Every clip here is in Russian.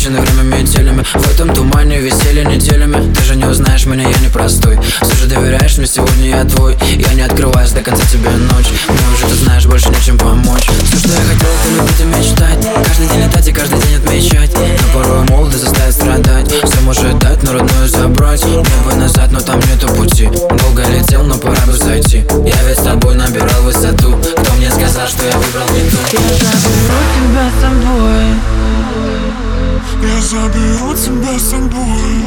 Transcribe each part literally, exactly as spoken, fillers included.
Насыщенный время метелями, в этом тумане веселье неделями. Ты же не узнаешь меня, я непростой. Все же доверяешь мне, сегодня я твой. Я не открываюсь до конца тебе ночь. Мне уже, ты знаешь, больше нечем помочь. Все, что я хотел, это любить и мечтать. Каждый день летать и каждый день отмечать. Но порой молодость заставит страдать. Все может дать, но родную забрать. Небо назад, но там нету пути. Долго летел, но пора бы зайти. Я ведь с тобой набирал высоту. Кто мне сказал, что я выбрал не ту? Я заберу тебя с собой.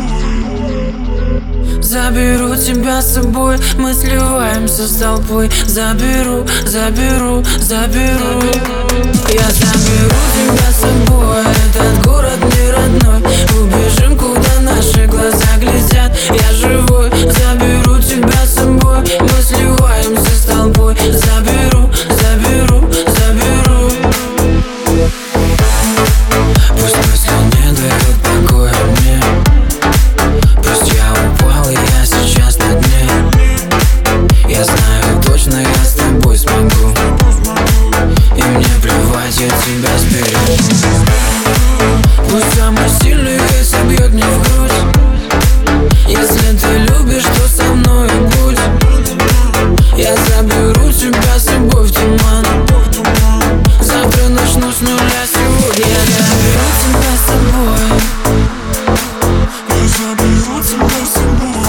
Заберу тебя с собой, мы сливаемся с толпой. Заберу, заберу, заберу. Я заберу тебя с собой, этот город не родной. Убежим, куда наши глаза глядят. Я живой, заберу тебя с собой, мы сливаемся с толпой. Заберу, заберу, заберу. Пусть мысли не дают покоя мне. Пусть я упал и я сейчас на дне. Я знаю точно, я с тобой смогу. И мне плевать, я тебя сберегу. Пусть самый сильный вес бьет мне в грудь. Если ты любишь, то со мной будь. Я заберу тебя с собой в туман. Завтра начну с нуля сегодня. Я заберу тебя с собой. Я заберу тебя с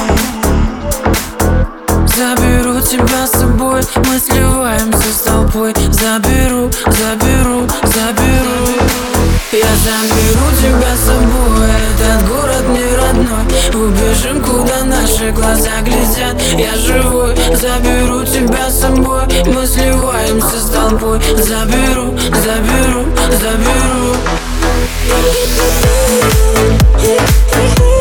собой. Заберу тебя с собой, мы сливаемся с толпой. Заберу, заберу, заберу. Я заберу тебя с собой, этот город не родной. Убежим, куда наши глаза глядят. Я живой, заберу тебя с собой, мы сливаемся с толпой. Заберу, заберу, заберу.